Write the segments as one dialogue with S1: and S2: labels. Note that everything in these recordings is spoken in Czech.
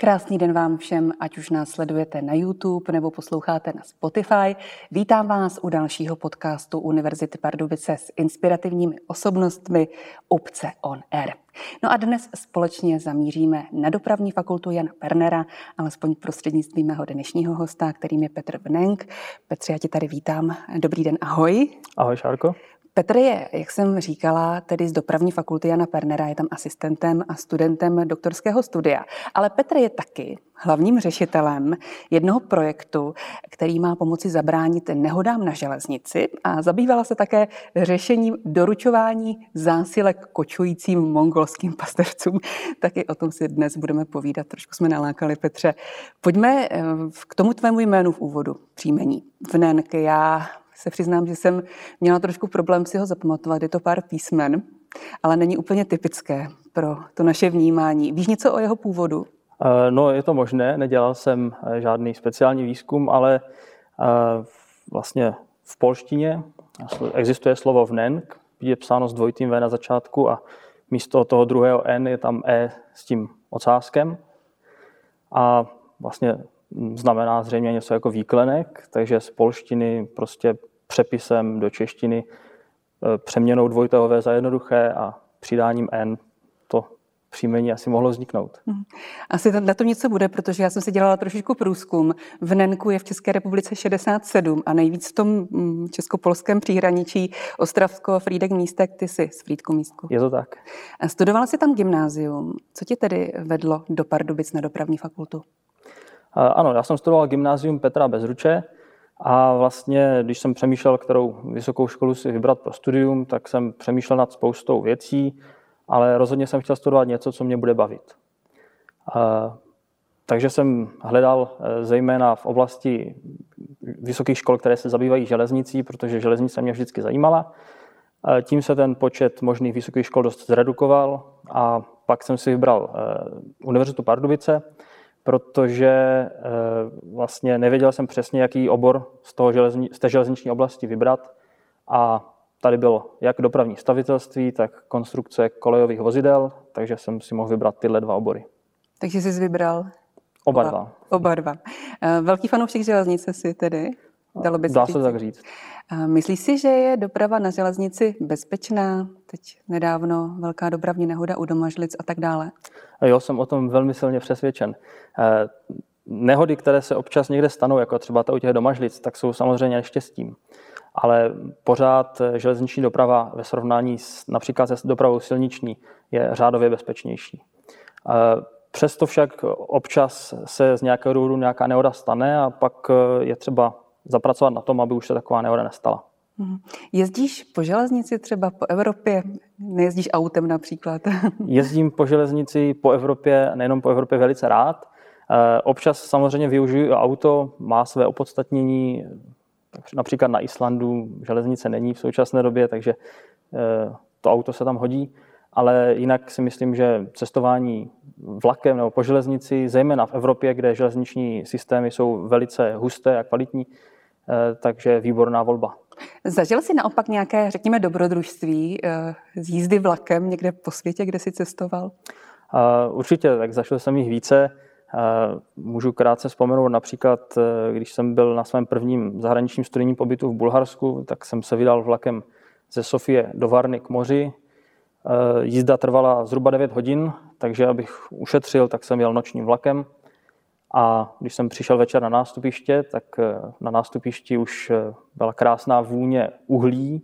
S1: Krásný den vám všem, ať už nás sledujete na YouTube nebo posloucháte na Spotify. Vítám vás u dalšího podcastu Univerzity Pardubice s inspirativními osobnostmi Obce on Air. No a dnes společně zamíříme na dopravní fakultu Jana Pernera, alespoň prostřednictvím mého dnešního hosta, kterým je Petr Vnenk. Petře, já tě tady vítám. Dobrý den, ahoj.
S2: Ahoj, Šárko.
S1: Petr je, jak jsem říkala, tedy z dopravní fakulty Jana Pernera, je tam asistentem a studentem doktorského studia. Ale Petr je taky hlavním řešitelem jednoho projektu, který má pomoci zabránit nehodám na železnici a zabývala se také řešením doručování zásilek kočujícím mongolským pastevcům. Taky o tom si dnes budeme povídat, trošku jsme nalákali, Petře. Pojďme k tomu tvému jménu v úvodu, příjmení. Vnenk. Já se přiznám, že jsem měla trošku problém si ho zapamatovat, je to pár písmen, ale není úplně typické pro to naše vnímání. Víš něco o jeho původu?
S2: No, je to možné, nedělal jsem žádný speciální výzkum, ale vlastně v polštině existuje slovo vnenk, je psáno s dvojitým V na začátku a místo toho druhého N je tam E s tím ocáskem a vlastně znamená zřejmě něco jako výklenek, takže z polštiny prostě přepisem do češtiny přeměnou dvojitého V za jednoduché a přidáním N to příjmení asi mohlo vzniknout.
S1: Asi na to něco bude, protože já jsem si dělala trošičku průzkum. Vnenku je v České republice 67 a nejvíc v tom česko-polském příhraničí Ostravsko, Frýdek Místek, ty jsi z Frýdku Místku.
S2: Je to tak.
S1: Studovala jsi tam gymnázium. Co tě tedy vedlo do Pardubic na dopravní fakultu?
S2: Ano, já jsem studoval gymnázium Petra Bezruče a vlastně, když jsem přemýšlel, kterou vysokou školu si vybrat pro studium, tak jsem přemýšlel nad spoustou věcí, ale rozhodně jsem chtěl studovat něco, co mě bude bavit. Takže jsem hledal zejména v oblasti vysokých škol, které se zabývají železnicí, protože železnice mě vždycky zajímala. Tím se ten počet možných vysokých škol dost zredukoval a pak jsem si vybral Univerzitu Pardubice, protože vlastně nevěděl jsem přesně, jaký obor z té železniční oblasti vybrat. A tady bylo jak dopravní stavitelství, tak konstrukce kolejových vozidel, takže jsem si mohl vybrat tyhle dva obory.
S1: Takže jsi vybral?
S2: Oba dva.
S1: Velký fanoušek železnice si tedy?
S2: Dá se tak říct.
S1: Myslíš si, že je doprava na železnici bezpečná? Teď nedávno velká dopravní nehoda u Domažlic a tak dále.
S2: Jo, jsem o tom velmi silně přesvědčen. Nehody, které se občas někde stanou, jako třeba ta u těch Domažlic, tak jsou samozřejmě neštěstím. Ale pořád železniční doprava ve srovnání například se dopravou silniční je řádově bezpečnější. Přesto však občas se z nějakého důvodu nějaká nehoda stane a pak je třeba zapracovat na tom, aby už se taková nehoda nestala.
S1: Jezdíš po železnici třeba po Evropě? Nejezdíš autem například?
S2: Jezdím po železnici po Evropě, nejenom po Evropě, velice rád. Občas samozřejmě využiju auto, má své opodstatnění. Například na Islandu železnice není v současné době, takže to auto se tam hodí. Ale jinak si myslím, že cestování vlakem nebo po železnici, zejména v Evropě, kde železniční systémy jsou velice husté a kvalitní, takže výborná volba.
S1: Zažil jsi naopak nějaké, řekněme, dobrodružství z jízdy vlakem někde po světě, kde jsi cestoval?
S2: Určitě, tak zažil jsem jich více. Můžu krátce vzpomenout například, když jsem byl na svém prvním zahraničním studijním pobytu v Bulharsku, tak jsem se vydal vlakem ze Sofie do Varny k moři. Jízda trvala zhruba 9 hodin, takže abych ušetřil, tak jsem jel nočním vlakem. A když jsem přišel večer na nástupiště, tak na nástupišti už byla krásná vůně uhlí,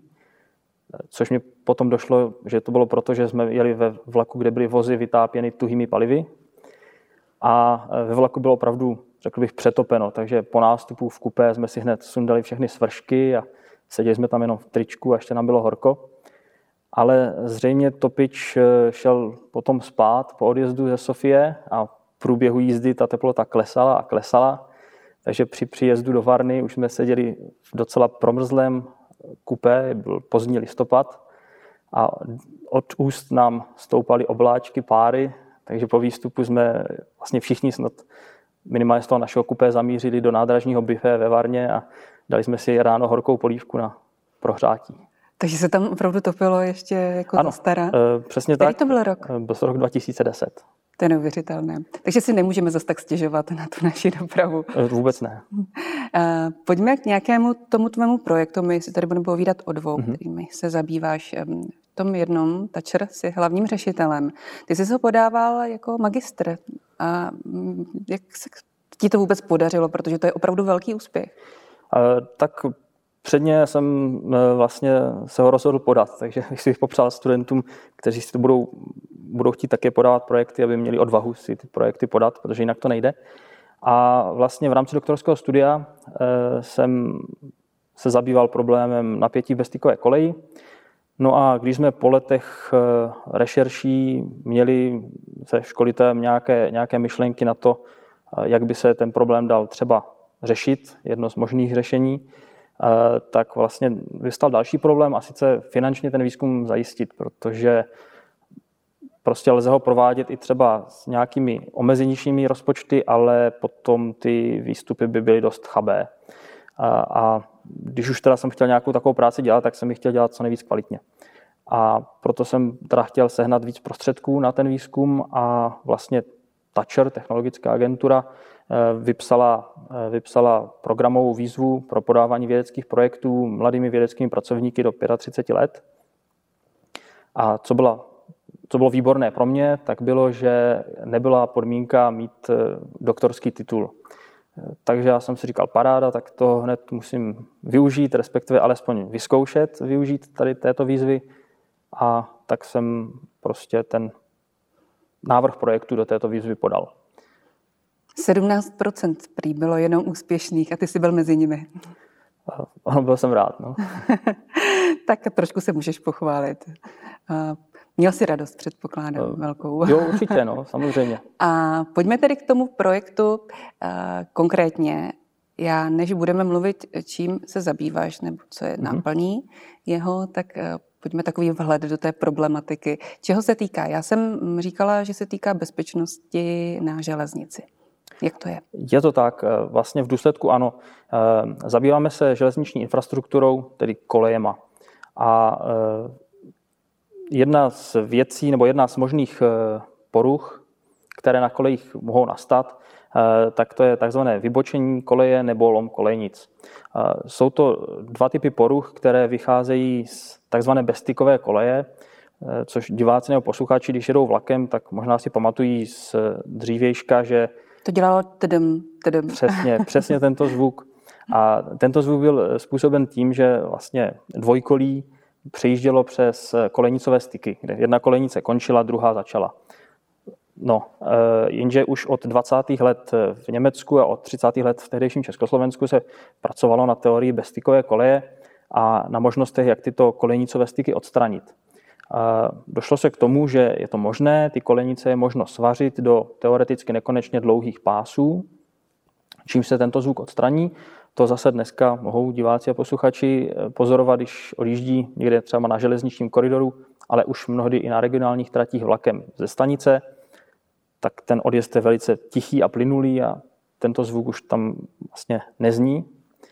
S2: což mi potom došlo, že to bylo proto, že jsme jeli ve vlaku, kde byly vozy vytápěny tuhými palivy. A ve vlaku bylo opravdu, řekl bych, přetopeno, takže po nástupu v kupé jsme si hned sundali všechny svršky a seděli jsme tam jenom v tričku a ještě nám bylo horko. Ale zřejmě topič šel potom spát po odjezdu ze Sofie a v průběhu jízdy ta teplota klesala a klesala. Takže při příjezdu do Varny už jsme seděli v docela promrzlém kupé, byl pozdní listopad a od úst nám stoupaly obláčky páry, takže po výstupu jsme vlastně všichni snad minimálně z toho našeho kupé zamířili do nádražního buffet ve Varně a dali jsme si ráno horkou polívku na prohřátí.
S1: Takže se tam opravdu topilo ještě jako
S2: ano,
S1: stará?
S2: Přesně
S1: Který
S2: tak.
S1: to byl rok?
S2: Byl to rok 2010.
S1: To je neuvěřitelné. Takže si nemůžeme zase tak stěžovat na tu naši dopravu.
S2: Vůbec ne.
S1: Pojďme k nějakému tomu tvému projektu. My si tady budeme povídat o dvou, kterými se zabýváš. V tom jednom, Tačer, jsi hlavním řešitelem. Ty jsi ho podával jako magistr. A jak se ti to vůbec podařilo? Protože to je opravdu velký úspěch.
S2: Tak předně jsem vlastně se ho rozhodl podat, takže bych popřál studentům, kteří si to budou chtít také podávat projekty, aby měli odvahu si ty projekty podat, protože jinak to nejde. A vlastně v rámci doktorského studia jsem se zabýval problémem napětí v bezstykové koleji. No a když jsme po letech rešerší měli se školitelem nějaké myšlenky na to, jak by se ten problém dal třeba řešit, jedno z možných řešení, tak vlastně vystal další problém, a sice finančně ten výzkum zajistit, protože prostě lze ho provádět i třeba s nějakými omezenějšími rozpočty, ale potom ty výstupy by byly dost chabé. A když už teda jsem chtěl nějakou takovou práci dělat, tak jsem ji chtěl dělat co nejvíc kvalitně. A proto jsem teda chtěl sehnat víc prostředků na ten výzkum a vlastně Tačer, technologická agentura, vypsala programovou výzvu pro podávání vědeckých projektů mladými vědeckými pracovníky do 35 let. A co bylo výborné pro mě, tak bylo, že nebyla podmínka mít doktorský titul. Takže já jsem si říkal, paráda, tak to hned musím využít, respektive alespoň vyzkoušet využít tady této výzvy. A tak jsem prostě ten návrh projektu do této výzvy podal.
S1: 17% prý bylo jenom úspěšných a ty jsi byl mezi nimi.
S2: Ano, byl jsem rád. No.
S1: Tak trošku se můžeš pochválit. Měl jsi radost, předpokládám, velkou.
S2: Jo, určitě, no, samozřejmě.
S1: A pojďme tedy k tomu projektu konkrétně. Než budeme mluvit, čím se zabýváš nebo co je náplní jeho, tak pojďme takový vhled do té problematiky. Čeho se týká? Já jsem říkala, že se týká bezpečnosti na železnici. Jak to je?
S2: Je to tak. Vlastně v důsledku ano. Zabýváme se železniční infrastrukturou, tedy kolejema. A jedna z věcí nebo jedna z možných poruch, které na kolejích mohou nastat, tak to je takzvané vybočení koleje nebo lom kolejnic. Jsou to dva typy poruch, které vycházejí z takzvané bezstykové koleje, což diváci nebo posluchači, když jedou vlakem, tak možná si pamatují z dřívějška, že
S1: to dělalo tedem.
S2: Přesně tento zvuk. A tento zvuk byl způsoben tím, že vlastně dvojkolí přejíždělo přes kolejnicové styky, kde jedna kolejnice končila, druhá začala. No, jenže už od 20. let v Německu a od 30. let v tehdejším Československu se pracovalo na teorii bezstykové koleje a na možnostech, jak tyto kolejnicové styky odstranit. Došlo se k tomu, že je to možné, ty kolejnice je možno svařit do teoreticky nekonečně dlouhých pásů, čím se tento zvuk odstraní. To zase dneska mohou diváci a posluchači pozorovat, když odjíždí někde třeba na železničním koridoru, ale už mnohdy i na regionálních tratích vlakem ze stanice, tak ten odjezd je velice tichý a plynulý a tento zvuk už tam vlastně nezní.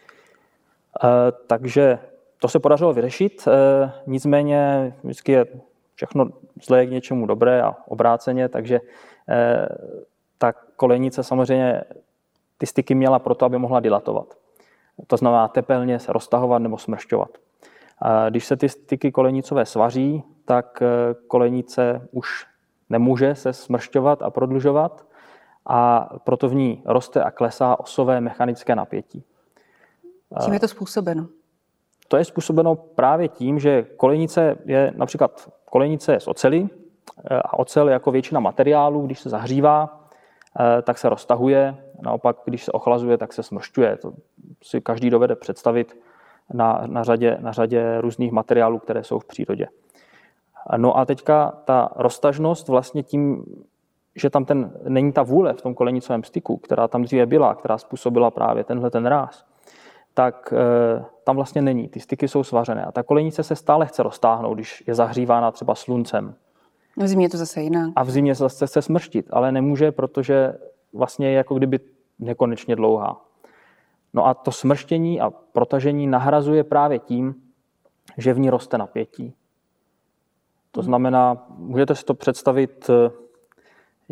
S2: Takže to se podařilo vyřešit, nicméně vždycky je všechno zlé k něčemu dobré a obráceně, takže ta kolejnice samozřejmě ty styky měla proto, aby mohla dilatovat. To znamená tepelně se roztahovat nebo smršťovat. Když se ty styky kolejnicové svaří, tak kolejnice už nemůže se smršťovat a prodlužovat a proto v ní roste a klesá osové mechanické napětí.
S1: Čím je to způsobeno?
S2: To je způsobeno právě tím, že kolejnice je z oceli a ocel jako většina materiálů, když se zahřívá, tak se roztahuje, naopak když se ochlazuje, tak se smršťuje. To si každý dovede představit na řadě různých materiálů, které jsou v přírodě. No a teďka ta roztažnost vlastně tím, že tam není ta vůle v tom kolejnicovém styku, která tam dříve byla, která způsobila právě ten ráz, tak tam vlastně není. Ty styky jsou svařené a ta kolejnice se stále chce roztáhnout, když je zahřívána třeba sluncem.
S1: V zimě je to zase jinak.
S2: A v zimě se zase chce smrštit, ale nemůže, protože vlastně je jako kdyby nekonečně dlouhá. No a to smrštění a protažení nahrazuje právě tím, že v ní roste napětí. To znamená, můžete si to představit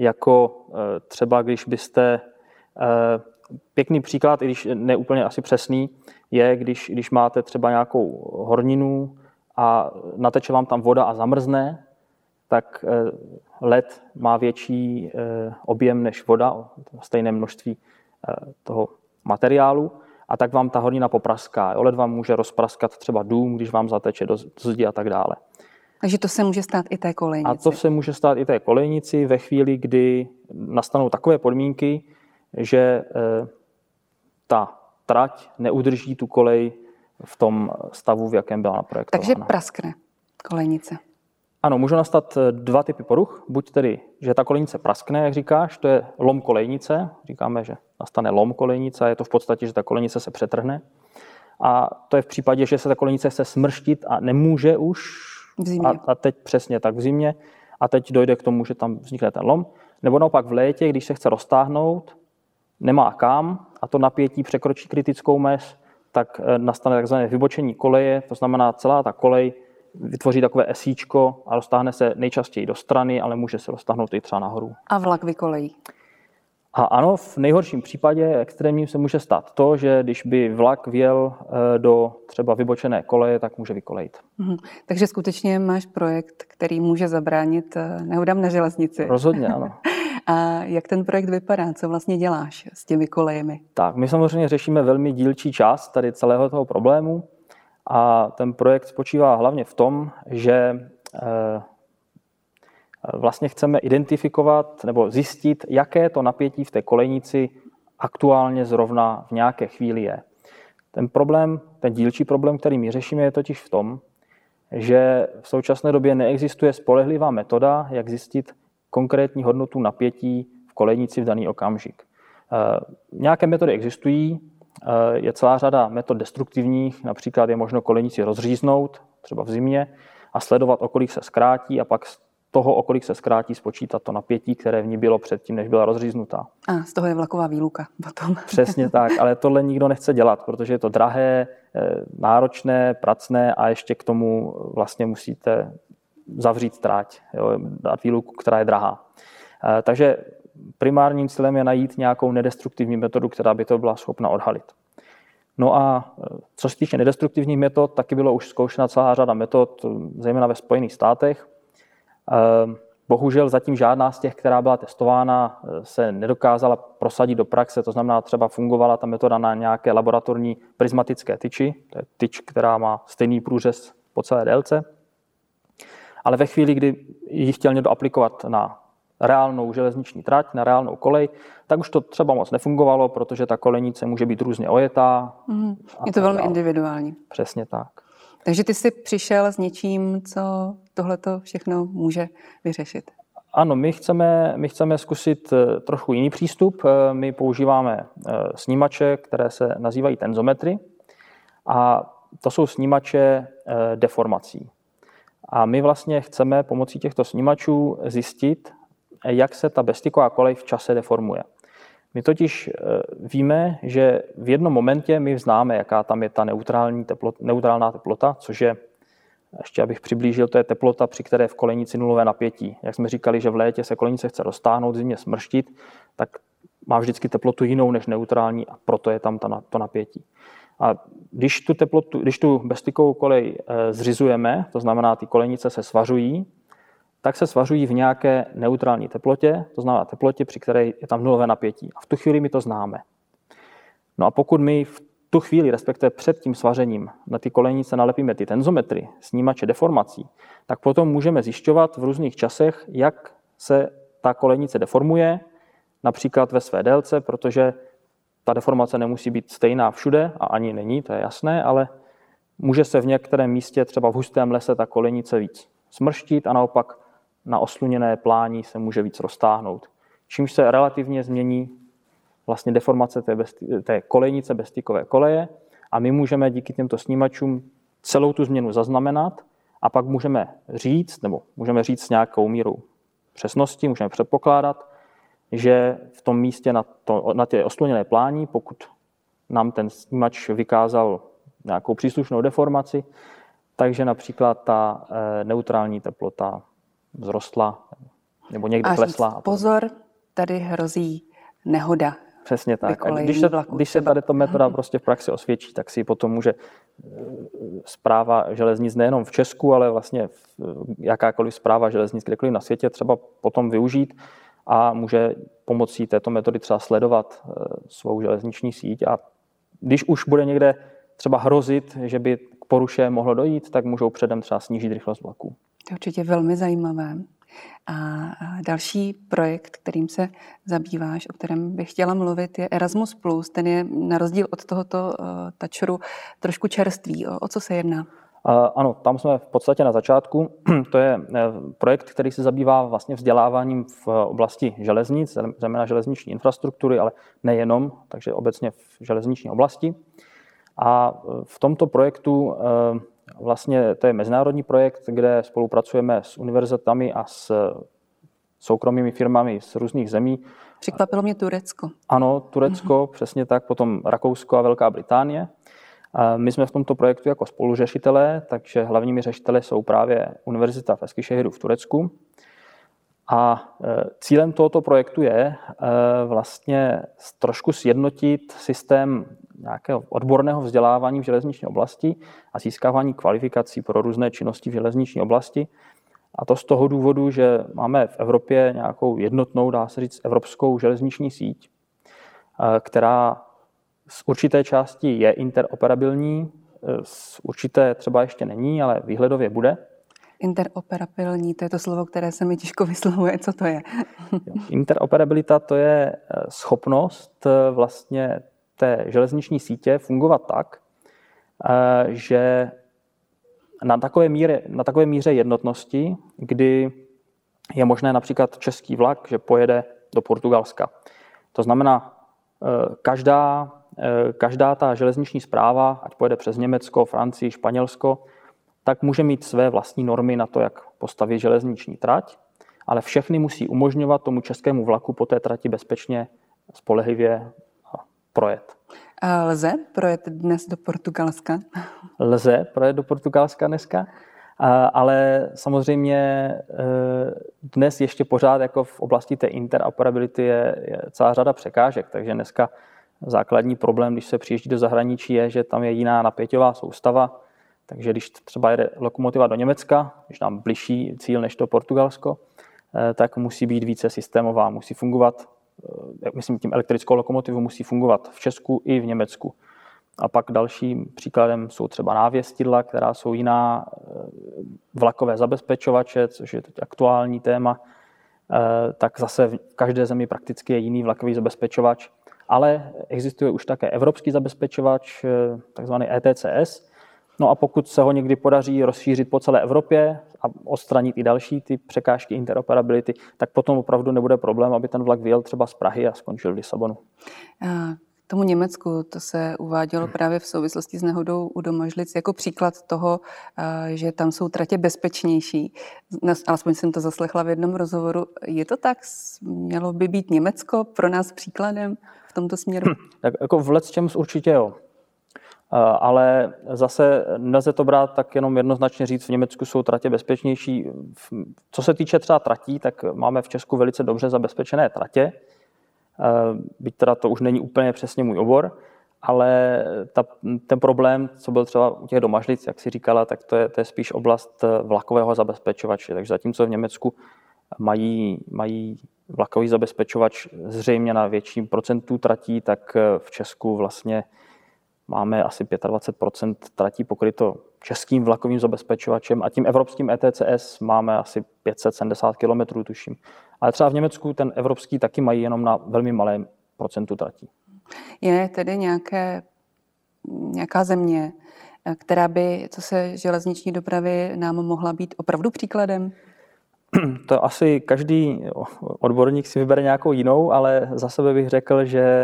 S2: jako třeba když byste, pěkný příklad, i když neúplně asi přesný, je, když máte třeba nějakou horninu a nateče vám tam voda a zamrzne, tak led má větší objem než voda, stejné množství toho materiálu, a tak vám ta hornina popraská. Led vám může rozpraskat třeba dům, když vám zateče do zdi a tak dále.
S1: Takže to se může stát i té kolejnici.
S2: A to se může stát i té kolejnici ve chvíli, kdy nastanou takové podmínky, že ta trať neudrží tu kolej v tom stavu, v jakém byla naprojektována.
S1: Takže praskne kolejnice.
S2: Ano, můžou nastat dva typy poruch. Buď tedy, že ta kolejnice praskne, jak říkáš, to je lom kolejnice. Říkáme, že nastane lom kolejnice a je to v podstatě, že ta kolejnice se přetrhne. A to je v případě, že se ta kolejnice chce smrštit a nemůže už.
S1: V zimě.
S2: A teď přesně tak v zimě. A teď dojde k tomu, že tam vznikne ten lom. Nebo naopak v létě, když se chce roztáhnout, nemá kam a to napětí překročí kritickou mez, tak nastane takzvané vybočení koleje, to znamená celá ta kolej vytvoří takové esíčko a roztáhne se nejčastěji do strany, ale může se roztáhnout i třeba nahoru.
S1: A vlak vykolejí.
S2: A ano, v nejhorším případě extrémním se může stát to, že když by vlak vjel do třeba vybočené koleje, tak může vykolejit.
S1: Takže skutečně máš projekt, který může zabránit nehodám na železnici.
S2: Rozhodně, ano.
S1: A jak ten projekt vypadá? Co vlastně děláš s těmi kolejemi?
S2: Tak, my samozřejmě řešíme velmi dílčí část tady celého toho problému a ten projekt spočívá hlavně v tom, že vlastně chceme identifikovat nebo zjistit, jaké to napětí v té kolejnici aktuálně zrovna v nějaké chvíli je. Ten dílčí problém, který my řešíme, je totiž v tom, že v současné době neexistuje spolehlivá metoda, jak zjistit konkrétní hodnotu napětí v kolejnici v daný okamžik. Nějaké metody existují, je celá řada metod destruktivních, například je možno kolejnici rozříznout, třeba v zimě, a sledovat, o kolik se zkrátí, a pak z toho, o kolik se zkrátí, spočítat to napětí, které v ní bylo předtím, než byla rozříznutá.
S1: A z toho je vlaková výluka potom.
S2: Přesně tak, ale tohle nikdo nechce dělat, protože je to drahé, náročné, pracné a ještě k tomu vlastně musíte zavřít tráť, dát výluku, která je drahá. Takže primárním cílem je najít nějakou nedestruktivní metodu, která by to byla schopna odhalit. No a co se týče nedestruktivních metod, taky bylo už zkoušena celá řada metod, zejména ve Spojených státech. Bohužel zatím žádná z těch, která byla testována, se nedokázala prosadit do praxe, to znamená, třeba fungovala ta metoda na nějaké laboratorní prismatické tyči, to je tyč, která má stejný průřez po celé délce. Ale ve chvíli, kdy ji chtěl někdo aplikovat na reálnou železniční trať, na reálnou kolej, tak už to třeba moc nefungovalo, protože ta kolejnice může být různě ojetá.
S1: Je to velmi individuální.
S2: Přesně tak.
S1: Takže ty jsi přišel s něčím, co tohleto všechno může vyřešit.
S2: Ano, my chceme zkusit trochu jiný přístup. My používáme snímače, které se nazývají tenzometry, a to jsou snímače deformací. A my vlastně chceme pomocí těchto snímačů zjistit, jak se ta bezstyková kolej v čase deformuje. My totiž víme, že v jednom momentě my známe, jaká tam je ta neutrálná teplota, což je, ještě abych přiblížil, to je teplota, při které v kolejnici nulové napětí. Jak jsme říkali, že v létě se kolejnice chce roztáhnout, v zimě smrštit, tak má vždycky teplotu jinou než neutrální a proto je tam to napětí. A když tu bezstykovou kolej zřizujeme, to znamená, ty kolejnice se svařují, tak se svařují v nějaké neutrální teplotě, to znamená teplotě, při které je tam nulové napětí. A v tu chvíli my to známe. No a pokud my v tu chvíli, respektive před tím svařením, na ty kolejnice nalepíme ty tenzometry, snímače deformací, tak potom můžeme zjišťovat v různých časech, jak se ta kolejnice deformuje, například ve své délce, protože ta deformace nemusí být stejná všude, a ani není, to je jasné, ale může se v některém místě, třeba v hustém lese, ta kolejnice víc smrštit a naopak na osluněné plání se může víc roztáhnout. Čímž se relativně změní vlastně deformace té kolejnice bezstykové koleje a my můžeme díky těmto snímačům celou tu změnu zaznamenat a pak můžeme říct s nějakou mírou přesnosti, můžeme předpokládat, že v tom místě na té osluněné plání, pokud nám ten snímač vykázal nějakou příslušnou deformaci, takže například ta neutrální teplota vzrostla. nebo někde
S1: a
S2: kleslá.
S1: Pozor, tady hrozí nehoda.
S2: Přesně tak. A když se tady to metoda prostě v praxi osvědčí, tak si potom může správa železnic nejenom v Česku, ale vlastně jakákoliv správa železnic kdekoliv na světě třeba potom využít a může pomocí této metody třeba sledovat svou železniční síť. A když už bude někde třeba hrozit, že by k poruše mohlo dojít, tak můžou předem třeba snížit rychlost vlaků.
S1: To je určitě velmi zajímavé. A další projekt, kterým se zabýváš, o kterém bych chtěla mluvit, je Erasmus+. Ten je na rozdíl od tohoto tačru trošku čerstvý. O co se jedná?
S2: Ano, tam jsme v podstatě na začátku. To je projekt, který se zabývá vlastně vzděláváním v oblasti železnic, zejména železniční infrastruktury, ale nejenom, takže obecně v železniční oblasti. A v tomto projektu vlastně to je mezinárodní projekt, kde spolupracujeme s univerzitami a s soukromými firmami z různých zemí.
S1: Překvapilo mě Turecko.
S2: Ano, Turecko, přesně tak, potom Rakousko a Velká Británie. My jsme v tomto projektu jako spoluřešitelé, takže hlavními řešiteli jsou právě Univerzita v Eskişehiru v Turecku. A cílem tohoto projektu je vlastně trošku sjednotit systém nějakého odborného vzdělávání v železniční oblasti a získávání kvalifikací pro různé činnosti v železniční oblasti. A to z toho důvodu, že máme v Evropě nějakou jednotnou, dá se říct, evropskou železniční síť, která z určité části je interoperabilní, z určité třeba ještě není, ale výhledově bude.
S1: Interoperabilní, to je to slovo, které se mi těžko vyslovuje. Co to je?
S2: Interoperabilita to je schopnost vlastně té železniční sítě fungovat tak, že na takové míře jednotnosti, kdy je možné například český vlak, že pojede do Portugalska. To znamená, každá ta železniční správa, ať pojede přes Německo, Francii, Španělsko, tak může mít své vlastní normy na to, jak postavit železniční trať, ale všechny musí umožňovat tomu českému vlaku po té trati bezpečně, spolehlivě projet.
S1: A lze projet dnes do Portugalska?
S2: Lze projet do Portugalska dneska, ale samozřejmě dnes ještě pořád jako v oblasti té interoperability je celá řada překážek, takže dneska základní problém, když se přijíždí do zahraničí, je, že tam je jiná napěťová soustava, takže když třeba jede lokomotiva do Německa, když nám bližší cíl než to Portugalsko, tak musí být více systémová, musí fungovat, myslím tím elektrickou lokomotivu musí fungovat v Česku i v Německu. A pak dalším příkladem jsou třeba návěstidla, která jsou jiná, vlakové zabezpečovače, což je teď aktuální téma, tak zase v každé zemi prakticky je jiný vlakový zabezpečovač, ale existuje už také evropský zabezpečovač, takzvaný ETCS. No a pokud se ho někdy podaří rozšířit po celé Evropě a odstranit i další ty překážky interoperability, tak potom opravdu nebude problém, aby ten vlak vyjel třeba z Prahy a skončil v Lisabonu.
S1: K tomu Německu to se uvádělo právě v souvislosti s nehodou u Domažlic jako příklad toho, že tam jsou tratě bezpečnější. Alespoň jsem to zaslechla v jednom rozhovoru. Je to tak? Mělo by být Německo pro nás příkladem v tomto směru?
S2: Tak jako v lecčems určitě jo. Ale zase nelze to brát tak jenom jednoznačně říct, v Německu jsou tratě bezpečnější. Co se týče třeba tratí, tak máme v Česku velice dobře zabezpečené tratě. Byť teda to už není úplně přesně můj obor, ale ten problém, co byl třeba u těch Domažlic, jak si říkala, tak to je spíš oblast vlakového zabezpečovače. Takže zatímco v Německu mají vlakový zabezpečovač zřejmě na větším procentu tratí, tak v Česku vlastně máme asi 25% tratí pokryto českým vlakovým zabezpečovačem a tím evropským ETCS máme asi 570 km, tuším. Ale třeba v Německu ten evropský taky mají jenom na velmi malém procentu tratí.
S1: Je tedy nějaká země, která by, co se železniční dopravy, nám mohla být opravdu příkladem?
S2: To asi každý odborník si vybere nějakou jinou, ale za sebe bych řekl, že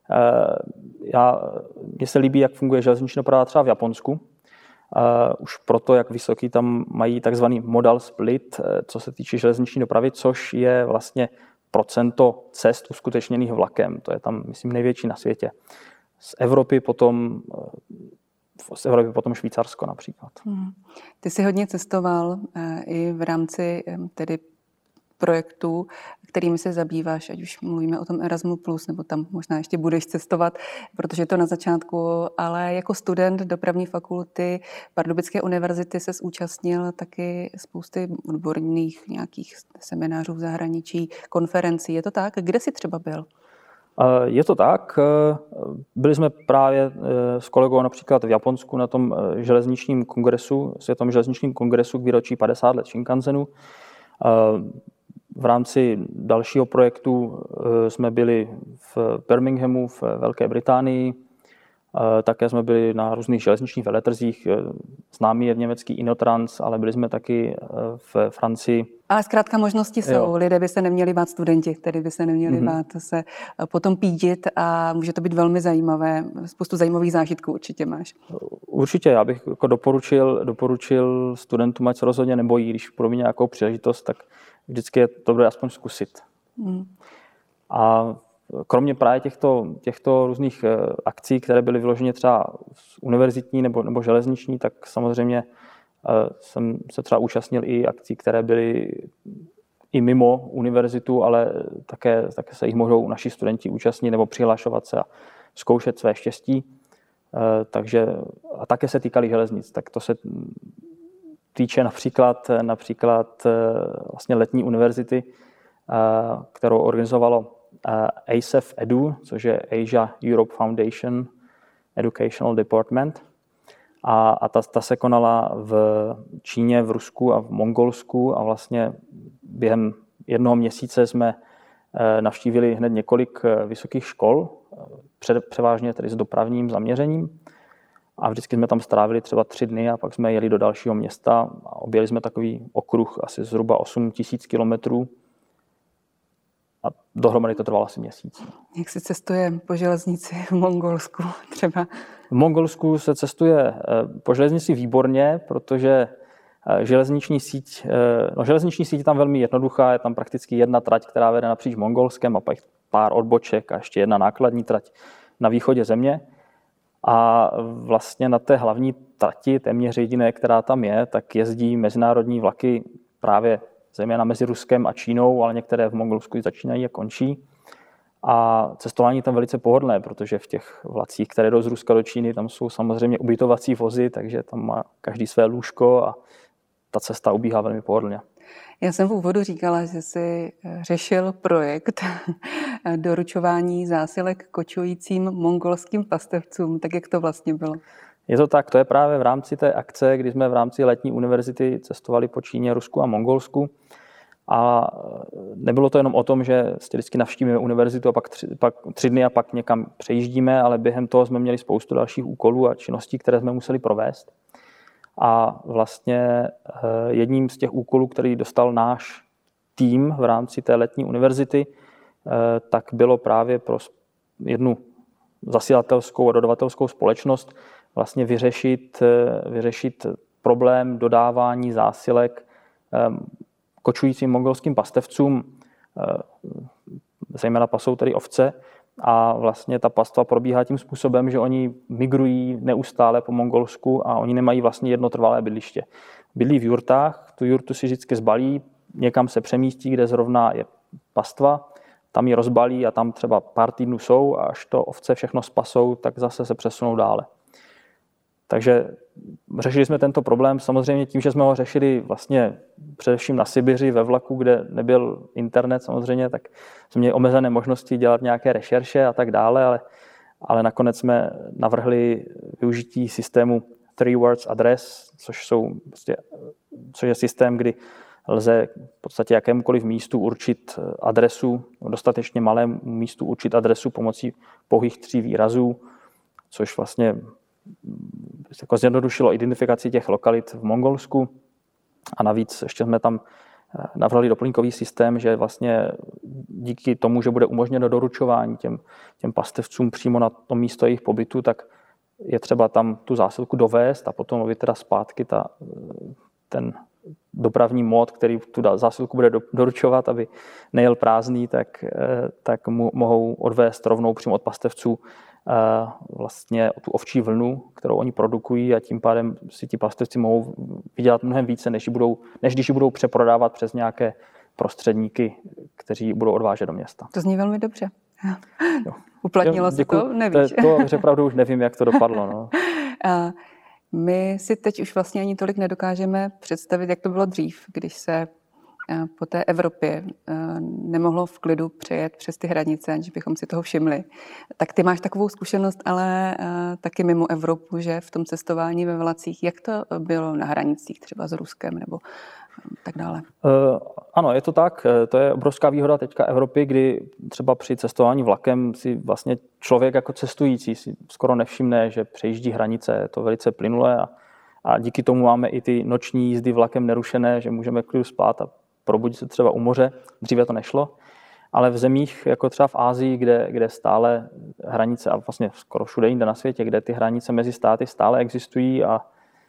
S2: mně se líbí, jak funguje železniční doprava třeba v Japonsku. Už proto, jak vysoký tam mají takzvaný modal split, co se týče železniční dopravy, což je vlastně procento cest uskutečněných vlakem. To je tam, myslím, největší na světě. Z Evropy potom Švýcarsko například.
S1: Ty jsi hodně cestoval i v rámci tedy projektů, kterými se zabýváš, ať už mluvíme o tom Erasmu+, nebo tam možná ještě budeš cestovat, protože je to na začátku, ale jako student dopravní fakulty Pardubické univerzity se zúčastnil taky spousty odborných nějakých seminářů v zahraničí, konferencí. Je to tak? Kde jsi třeba byl?
S2: Je to tak. Byli jsme právě s kolegou například v Japonsku na tom železničním kongresu, světovém železničním kongresu k výročí 50 let Shinkansenu. V rámci dalšího projektu jsme byli v Birminghamu v Velké Británii. Také jsme byli na různých železničních veletrzích. Známý je německý Inotrans, ale byli jsme taky v Francii.
S1: Ale zkrátka možnosti jsou. Jo. Lidé by se neměli bát, studenti, tedy by se neměli bát se potom pídit a může to být velmi zajímavé. Spoustu zajímavých zážitků určitě máš.
S2: Určitě, já bych jako doporučil studentům, ať se rozhodně nebojí, když pro mě nějakou příležitost, tak vždycky je to dobré aspoň zkusit. A kromě právě těchto různých akcí, které byly vyloženě třeba univerzitní nebo železniční, tak samozřejmě jsem se třeba účastnil i akcí, které byly i mimo univerzitu, ale také se jich mohou naši studenti účastnit nebo přihlašovat se a zkoušet své štěstí. Takže, a také se týkaly železnic. Tak to se týče například vlastně letní univerzity, kterou organizovalo ACEF Edu, což je Asia Europe Foundation Educational Department. A ta se konala v Číně, v Rusku a v Mongolsku a vlastně během jednoho měsíce jsme navštívili hned několik vysokých škol, převážně tedy s dopravním zaměřením. A vždycky jsme tam strávili třeba 3 dny a pak jsme jeli do dalšího města a objeli jsme takový okruh asi zhruba 8 000 kilometrů. A dohromady to trvalo asi měsíc.
S1: Jak se cestuje po železnici v Mongolsku třeba?
S2: V Mongolsku se cestuje po železnici výborně, protože železniční síť je tam velmi jednoduchá, je tam prakticky jedna trať, která vede napříč Mongolskem a pak pár odboček a ještě jedna nákladní trať na východě země. A vlastně na té hlavní trati, téměř jediné, která tam je, tak jezdí mezinárodní vlaky právě zejména mezi Ruskem a Čínou, ale některé v Mongolsku začínají a končí. A cestování tam velice pohodlné, protože v těch vlacích, které jdou z Ruska do Číny, tam jsou samozřejmě ubytovací vozy, takže tam má každý své lůžko a ta cesta ubíhá velmi pohodlně.
S1: Já jsem v úvodu říkala, že jsi řešil projekt doručování zásilek kočujícím mongolským pastevcům. Tak jak to vlastně bylo?
S2: Je to tak, to je právě v rámci té akce, kdy jsme v rámci letní univerzity cestovali po Číně, Rusku a Mongolsku. A nebylo to jenom o tom, že vždycky navštívíme univerzitu a pak 3 dny a pak někam přejíždíme, ale během toho jsme měli spoustu dalších úkolů a činností, které jsme museli provést. A vlastně jedním z těch úkolů, který dostal náš tým v rámci té letní univerzity, tak bylo právě pro jednu zasílatelskou a dodavatelskou společnost vlastně vyřešit problém dodávání zásilek kočujícím mongolským pastevcům, zejména pasou tedy ovce. A vlastně ta pastva probíhá tím způsobem, že oni migrují neustále po Mongolsku a oni nemají vlastně jedno trvalé bydliště. Bydlí v jurtách, tu jurtu si vždycky zbalí, někam se přemístí, kde zrovna je pastva, tam ji rozbalí a tam třeba pár týdnů jsou a až to ovce všechno spasou, tak zase se přesunou dále. Takže řešili jsme tento problém samozřejmě tím, že jsme ho řešili vlastně především na Sibiři ve vlaku, kde nebyl internet samozřejmě, tak jsme měli omezené možnosti dělat nějaké rešerše a tak dále, ale nakonec jsme navrhli využití systému Three Words Address, což je systém, kdy lze v podstatě jakémukoliv místu určit adresu, dostatečně malému místu určit adresu pomocí pouhých 3 výrazů, což vlastně jako zjednodušilo identifikaci těch lokalit v Mongolsku. A navíc ještě jsme tam navrhli doplňkový systém, že vlastně díky tomu, že bude umožněno doručování těm pastevcům přímo na to místo jejich pobytu, tak je třeba tam tu zásilku dovést a potom aby teda zpátky ten dopravní mód, který tu zásilku bude doručovat, aby nejel prázdný, tak mu mohou odvést rovnou přímo od pastevců vlastně tu ovčí vlnu, kterou oni produkují a tím pádem si ti pastevci mohou vydělat mnohem více, než když ji budou přeprodávat přes nějaké prostředníky, kteří budou odvážet do města.
S1: To zní velmi dobře.
S2: Jo.
S1: Uplatnilo se to? Nevíš.
S2: To opravdu už nevím, jak to dopadlo. No.
S1: My si teď už vlastně ani tolik nedokážeme představit, jak to bylo dřív, když se po té Evropě nemohlo v klidu přejet přes ty hranice, aniž bychom si toho všimli. Tak ty máš takovou zkušenost, ale taky mimo Evropu, že v tom cestování ve vlacích. Jak to bylo na hranicích třeba s Ruskem nebo tak dále?
S2: Ano, je to tak. To je obrovská výhoda teďka Evropy, kdy třeba při cestování vlakem si vlastně člověk jako cestující si skoro nevšimne, že přejíždí hranice. Je to velice plynulé a díky tomu máme i ty noční jízdy vlakem nerušené, že můžeme klidu spát a probudit se třeba u moře. Dříve to nešlo. Ale v zemích, jako třeba v Asii, kde stále hranice, a vlastně skoro všude jinde na světě, kde ty hranice mezi státy stále existují a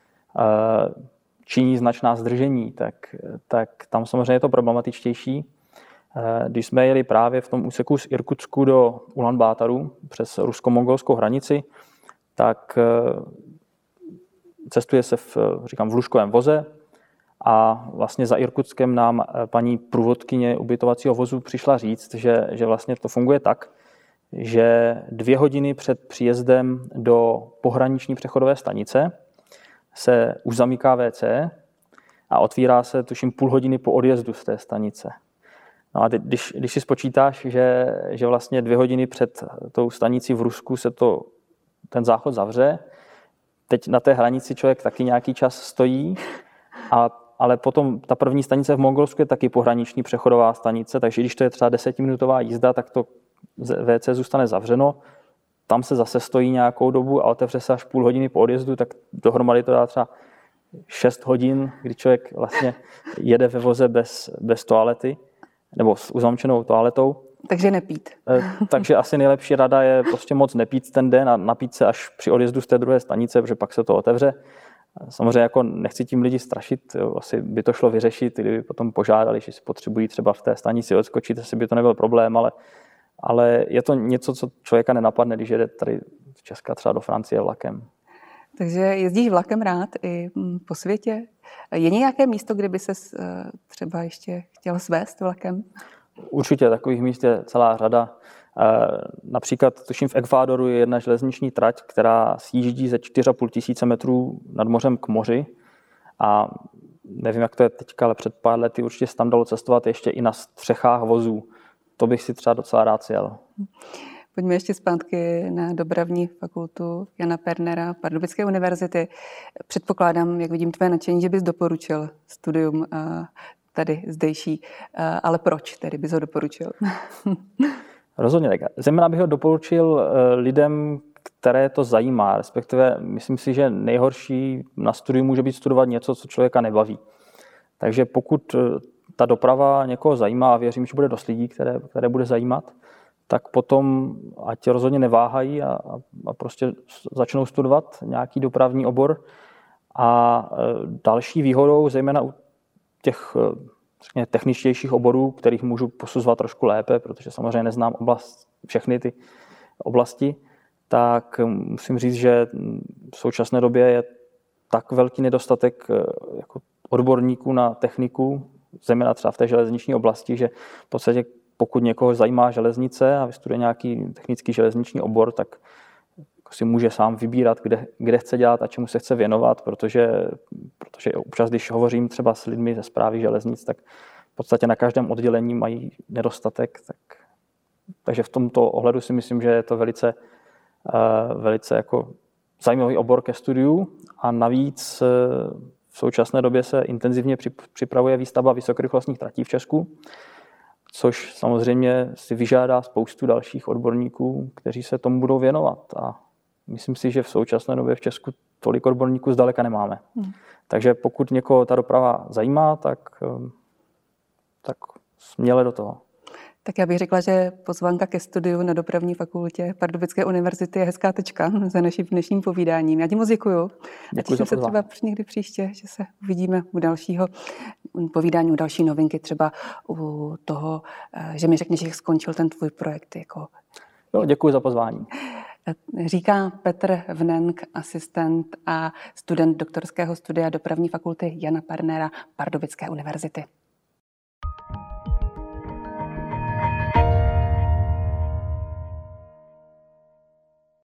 S2: činí značná zdržení, tak tam samozřejmě je to problematičtější. Když jsme jeli právě v tom úseku z Irkutsku do Ulan-Bátaru přes rusko-mongolskou hranici, tak cestuje se v lůžkovém voze a vlastně za Irkutskem nám paní průvodkyně ubytovacího vozu přišla říct, že vlastně to funguje tak, že 2 hodiny před příjezdem do pohraniční přechodové stanice se už zamyká WC a otvírá se, tuším, půl hodiny po odjezdu z té stanice. No a když si spočítáš, že vlastně 2 hodiny před tou stanicí v Rusku se ten záchod zavře, teď na té hranici člověk taky nějaký čas stojí, ale potom ta první stanice v Mongolsku je taky pohraniční přechodová stanice, takže když to je třeba 10minutová jízda, tak to WC zůstane zavřeno. Tam se zase stojí nějakou dobu a otevře se až půl hodiny po odjezdu, tak dohromady to dá třeba 6 hodin, kdy člověk vlastně jede ve voze bez toalety nebo s uzamčenou toaletou.
S1: Takže nepít.
S2: Takže asi nejlepší rada je prostě moc nepít ten den a napít se až při odjezdu z té druhé stanice, protože pak se to otevře. Samozřejmě jako nechci tím lidi strašit, jo, asi by to šlo vyřešit, kdyby potom požádali, že si potřebují třeba v té stanici odskočit, asi by to nebyl problém, ale je to něco, co člověka nenapadne, když jede tady z Česka třeba do Francie vlakem.
S1: Takže jezdíš vlakem rád i po světě? Je nějaké místo, kde by ses třeba ještě chtěl svést vlakem?
S2: Určitě, takových míst je celá řada. Například, tuším, v Ekvádoru je jedna železniční trať, která sjíždí ze 4,5 tisíce metrů nad mořem k moři. A nevím, jak to je teďka, ale před pár lety určitě se tam dalo cestovat ještě i na střechách vozů. To bych si třeba docela rád sjel.
S1: Pojďme ještě zpátky na dopravní fakultu Jana Pernera Pardubické univerzity. Předpokládám, jak vidím tvoje nadšení, že bys doporučil studium tady zdejší. Ale proč tedy bys ho doporučil?
S2: Rozhodně tak. Zejména bych ho doporučil lidem, které to zajímá. Respektive myslím si, že nejhorší na studiu může být studovat něco, co člověka nebaví. Takže pokud ta doprava někoho zajímá a věřím, že bude dost lidí, které bude zajímat, tak potom ať rozhodně neváhají a prostě začnou studovat nějaký dopravní obor. A další výhodou, zejména u těch techničtějších oborů, kterých můžu posuzovat trošku lépe, protože samozřejmě neznám všechny ty oblasti, tak musím říct, že v současné době je tak velký nedostatek jako odborníků na techniku, zejména třeba v té železniční oblasti, že v podstatě pokud někoho zajímá železnice a vystuduje nějaký technický železniční obor, tak si může sám vybírat, kde chce dělat a čemu se chce věnovat, protože občas, když hovořím třeba s lidmi ze správy železnic, tak v podstatě na každém oddělení mají nedostatek. Takže v tomto ohledu si myslím, že je to velice jako zajímavý obor ke studiu a navíc v současné době se intenzivně připravuje výstavba vysokorychlostních tratí v Česku, což samozřejmě si vyžádá spoustu dalších odborníků, kteří se tomu budou věnovat. A myslím si, že v současné době v Česku tolik odborníků zdaleka nemáme. Takže pokud někoho ta doprava zajímá, tak směle do toho.
S1: Tak já bych řekla, že pozvánka ke studiu na dopravní fakultě Pardubické univerzity je hezká tečka za naším dnešním povídáním. Já ti moc děkuju.
S2: Děkuji za pozvání.
S1: Se třeba někdy příště, že se uvidíme u dalšího povídání, u další novinky, třeba u toho, že mi řekneš, jak skončil ten tvůj projekt.
S2: Jo, děkuji za pozvání.
S1: Říká Petr Vnenk, asistent a student doktorského studia dopravní fakulty Jana Pernera Pardubické univerzity.